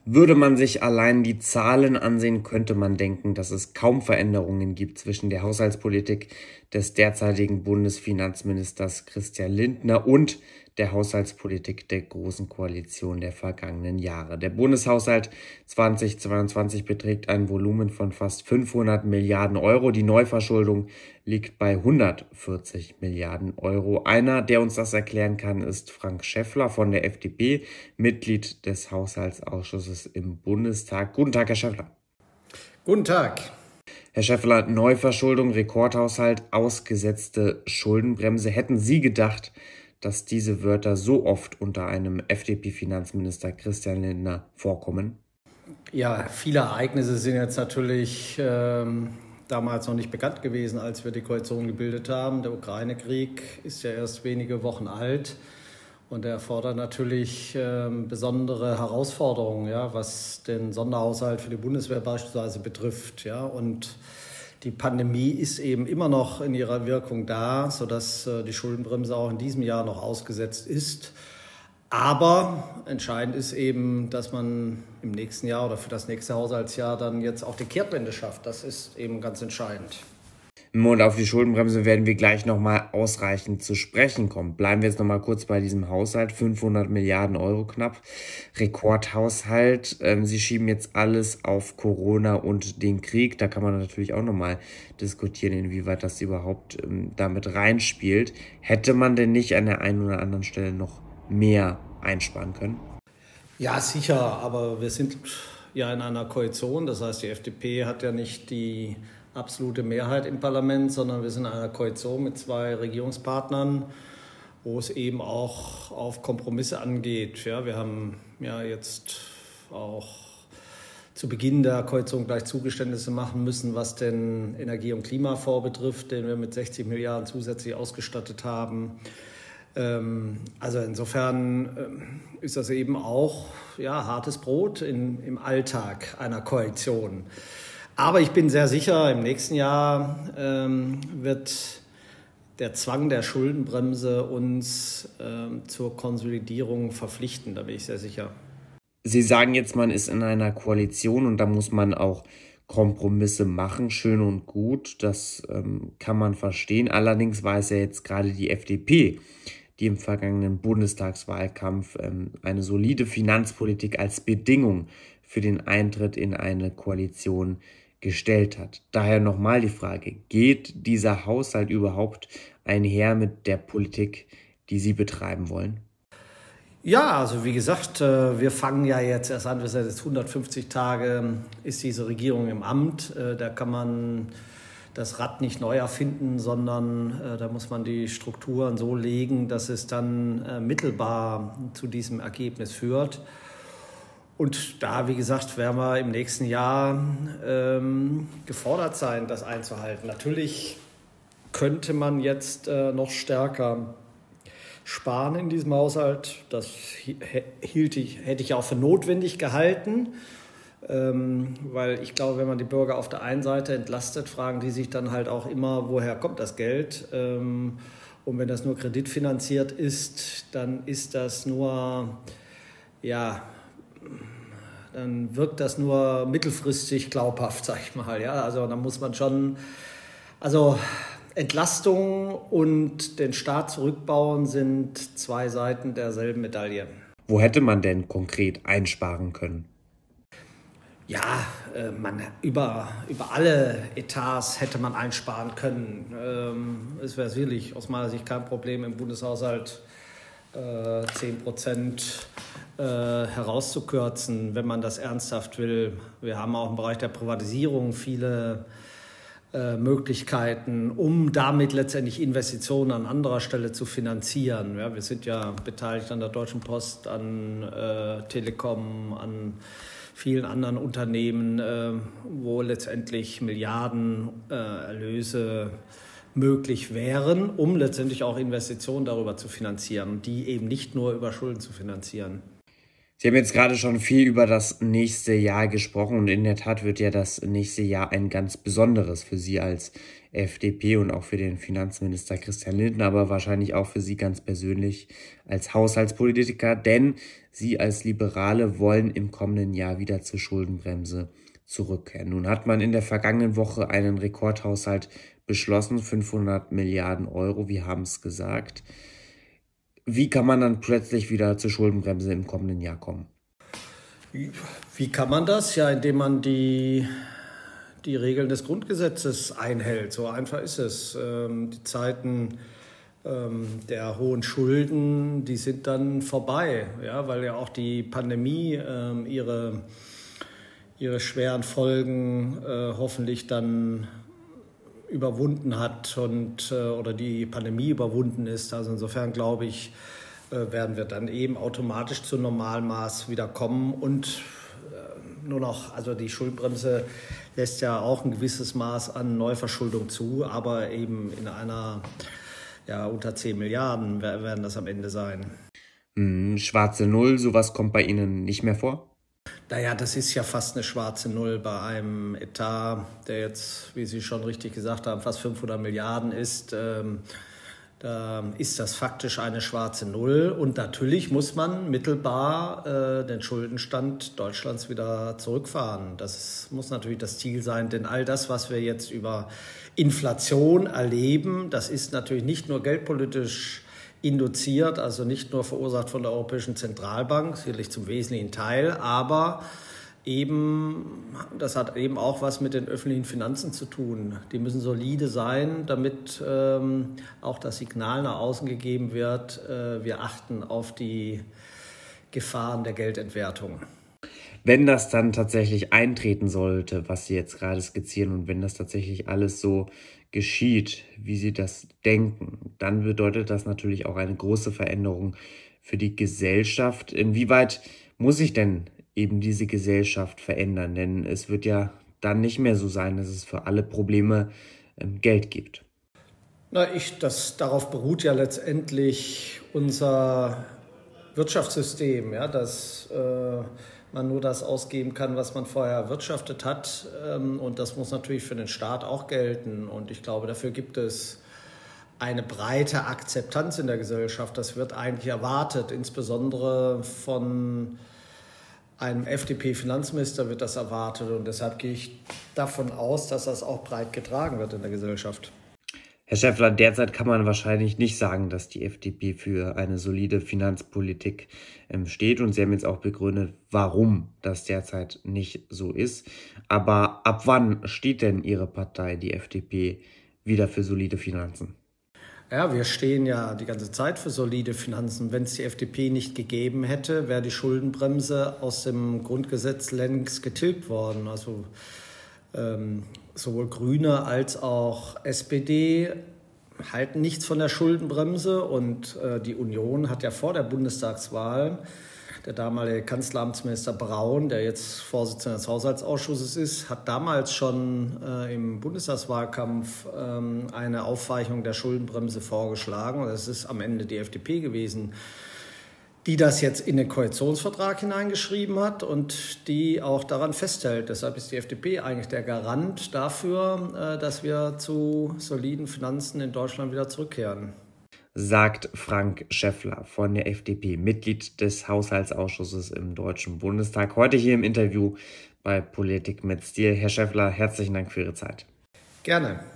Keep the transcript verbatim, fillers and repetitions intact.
Würde man sich allein die Zahlen ansehen, könnte man denken, dass es kaum Veränderungen gibt zwischen der Haushaltspolitik des derzeitigen Bundesfinanzministers Christian Lindner und der Haushaltspolitik der Großen Koalition der vergangenen Jahre. Der Bundeshaushalt zweitausendzweiundzwanzig beträgt ein Volumen von fast fünfhundert Milliarden Euro. Die Neuverschuldung liegt bei hundertvierzig Milliarden Euro. Einer, der uns das erklären kann, ist Frank Schäffler von der F D P, Mitglied des Haushaltsausschusses im Bundestag. Guten Tag, Herr Schäffler. Guten Tag. Herr Schäffler, Neuverschuldung, Rekordhaushalt, ausgesetzte Schuldenbremse. Hätten Sie gedacht, dass diese Wörter so oft unter einem F D P-Finanzminister Christian Lindner vorkommen? Ja, viele Ereignisse sind jetzt natürlich ähm, damals noch nicht bekannt gewesen, als wir die Koalition gebildet haben. Der Ukraine-Krieg ist ja erst wenige Wochen alt und er erfordert natürlich ähm, besondere Herausforderungen, ja, was den Sonderhaushalt für die Bundeswehr beispielsweise betrifft. Ja, und die Pandemie ist eben immer noch in ihrer Wirkung da, sodass die Schuldenbremse auch in diesem Jahr noch ausgesetzt ist. Aber entscheidend ist eben, dass man im nächsten Jahr oder für das nächste Haushaltsjahr dann jetzt auch die Kehrtwende schafft. Das ist eben ganz entscheidend. Und auf die Schuldenbremse werden wir gleich nochmal ausreichend zu sprechen kommen. Bleiben wir jetzt nochmal kurz bei diesem Haushalt. fünfhundert Milliarden Euro knapp. Rekordhaushalt. Ähm, Sie schieben jetzt alles auf Corona und den Krieg. Da kann man natürlich auch nochmal diskutieren, inwieweit das überhaupt ähm, damit reinspielt. Hätte man denn nicht an der einen oder anderen Stelle noch mehr einsparen können? Ja, sicher. Aber wir sind ja in einer Koalition. Das heißt, die F D P hat ja nicht die absolute Mehrheit im Parlament, sondern wir sind in einer Koalition mit zwei Regierungspartnern, wo es eben auch auf Kompromisse angeht. Ja, wir haben ja jetzt auch zu Beginn der Koalition gleich Zugeständnisse machen müssen, was den Energie- und Klimafonds betrifft, den wir mit sechzig Milliarden zusätzlich ausgestattet haben. Ähm, also insofern ähm, ist das eben auch ja, hartes Brot in, im Alltag einer Koalition. Aber ich bin sehr sicher, im nächsten Jahr ähm, wird der Zwang der Schuldenbremse uns ähm, zur Konsolidierung verpflichten. Da bin ich sehr sicher. Sie sagen jetzt, man ist in einer Koalition und da muss man auch Kompromisse machen. Schön und gut, das ähm, kann man verstehen. Allerdings war es ja jetzt gerade die F D P, die im vergangenen Bundestagswahlkampf ähm, eine solide Finanzpolitik als Bedingung für den Eintritt in eine Koalition gestellt hat. Daher nochmal die Frage, geht dieser Haushalt überhaupt einher mit der Politik, die Sie betreiben wollen? Ja, also wie gesagt, wir fangen ja jetzt erst an, wir sind jetzt hundertfünfzig Tage, ist diese Regierung im Amt. Da kann man das Rad nicht neu erfinden, sondern da muss man die Strukturen so legen, dass es dann mittelbar zu diesem Ergebnis führt. Und da, wie gesagt, werden wir im nächsten Jahr ähm, gefordert sein, das einzuhalten. Natürlich könnte man jetzt äh, noch stärker sparen in diesem Haushalt. Das hielt ich, hätte ich auch für notwendig gehalten, ähm, weil ich glaube, wenn man die Bürger auf der einen Seite entlastet, fragen die sich dann halt auch immer, woher kommt das Geld? Ähm, und wenn das nur kreditfinanziert ist, dann ist das nur, ja, dann wirkt das nur mittelfristig glaubhaft, sag ich mal. Ja, also da muss man schon, also Entlastung und den Staat zurückbauen sind zwei Seiten derselben Medaille. Wo hätte man denn konkret einsparen können? Ja, äh, man, über, über alle Etats hätte man einsparen können. Ähm, es wäre sicherlich aus meiner Sicht kein Problem, im Bundeshaushalt äh, zehn Prozent äh, herauszukürzen, wenn man das ernsthaft will. Wir haben auch im Bereich der Privatisierung viele äh, Möglichkeiten, um damit letztendlich Investitionen an anderer Stelle zu finanzieren. Ja, wir sind ja beteiligt an der Deutschen Post, an äh, Telekom, an vielen anderen Unternehmen, äh, wo letztendlich Milliarden äh, Erlöse möglich wären, um letztendlich auch Investitionen darüber zu finanzieren, die eben nicht nur über Schulden zu finanzieren. Sie haben jetzt gerade schon viel über das nächste Jahr gesprochen und in der Tat wird ja das nächste Jahr ein ganz besonderes für Sie als F D P und auch für den Finanzminister Christian Lindner, aber wahrscheinlich auch für Sie ganz persönlich als Haushaltspolitiker, denn Sie als Liberale wollen im kommenden Jahr wieder zur Schuldenbremse zurückkehren. Nun hat man in der vergangenen Woche einen Rekordhaushalt beschlossen, fünfhundert Milliarden Euro, wir haben es gesagt. Wie kann man dann plötzlich wieder zur Schuldenbremse im kommenden Jahr kommen? Wie kann man das? Ja, indem man die, die Regeln des Grundgesetzes einhält. So einfach ist es. Ähm, die Zeiten ähm, der hohen Schulden, die sind dann vorbei, ja, weil ja auch die Pandemie ähm, ihre, ihre schweren Folgen äh, hoffentlich dann überwunden hat und äh, oder die Pandemie überwunden ist. Also insofern glaube ich, äh, werden wir dann eben automatisch zu Normalmaß wieder kommen und äh, nur noch, also die Schuldenbremse lässt ja auch ein gewisses Maß an Neuverschuldung zu, aber eben in einer, ja, unter zehn Milliarden werden das am Ende sein. Hm, schwarze Null, sowas kommt bei Ihnen nicht mehr vor? Naja, das ist ja fast eine schwarze Null bei einem Etat, der jetzt, wie Sie schon richtig gesagt haben, fast fünfhundert Milliarden ist. Ähm, da ist das faktisch eine schwarze Null. Und natürlich muss man mittelbar äh, den Schuldenstand Deutschlands wieder zurückfahren. Das muss natürlich das Ziel sein, denn all das, was wir jetzt über Inflation erleben, das ist natürlich nicht nur geldpolitisch induziert, also nicht nur verursacht von der Europäischen Zentralbank, sicherlich zum wesentlichen Teil, aber eben, das hat eben auch was mit den öffentlichen Finanzen zu tun. Die müssen solide sein, damit ähm, auch das Signal nach außen gegeben wird, äh, wir achten auf die Gefahren der Geldentwertung. Wenn das dann tatsächlich eintreten sollte, was Sie jetzt gerade skizzieren, und wenn das tatsächlich alles so geschieht, wie Sie das denken, dann bedeutet das natürlich auch eine große Veränderung für die Gesellschaft. Inwieweit muss sich denn eben diese Gesellschaft verändern? Denn es wird ja dann nicht mehr so sein, dass es für alle Probleme ähm, Geld gibt. Na, ich, das, darauf beruht ja letztendlich unser Wirtschaftssystem, ja, dass äh, man nur das ausgeben kann, was man vorher erwirtschaftet hat. Und das muss natürlich für den Staat auch gelten. Und ich glaube, dafür gibt es eine breite Akzeptanz in der Gesellschaft. Das wird eigentlich erwartet, insbesondere von einem F D P-Finanzminister wird das erwartet. Und deshalb gehe ich davon aus, dass das auch breit getragen wird in der Gesellschaft. Herr Schäffler, derzeit kann man wahrscheinlich nicht sagen, dass die F D P für eine solide Finanzpolitik ähm, steht. Und Sie haben jetzt auch begründet, warum das derzeit nicht so ist. Aber ab wann steht denn Ihre Partei, die F D P, wieder für solide Finanzen? Ja, wir stehen ja die ganze Zeit für solide Finanzen. Wenn es die F D P nicht gegeben hätte, wäre die Schuldenbremse aus dem Grundgesetz längst getilgt worden. Also ähm, sowohl Grüne als auch S P D halten nichts von der Schuldenbremse und äh, die Union hat ja vor der Bundestagswahl, der damalige Kanzleramtsminister Braun, der jetzt Vorsitzender des Haushaltsausschusses ist, hat damals schon äh, im Bundestagswahlkampf ähm, eine Aufweichung der Schuldenbremse vorgeschlagen. Und es ist am Ende die F D P gewesen, die das jetzt in den Koalitionsvertrag hineingeschrieben hat und die auch daran festhält. Deshalb ist die F D P eigentlich der Garant dafür, dass wir zu soliden Finanzen in Deutschland wieder zurückkehren. Sagt Frank Schäffler von der F D P, Mitglied des Haushaltsausschusses im Deutschen Bundestag, heute hier im Interview bei Politik mit Stil. Herr Schäffler, herzlichen Dank für Ihre Zeit. Gerne.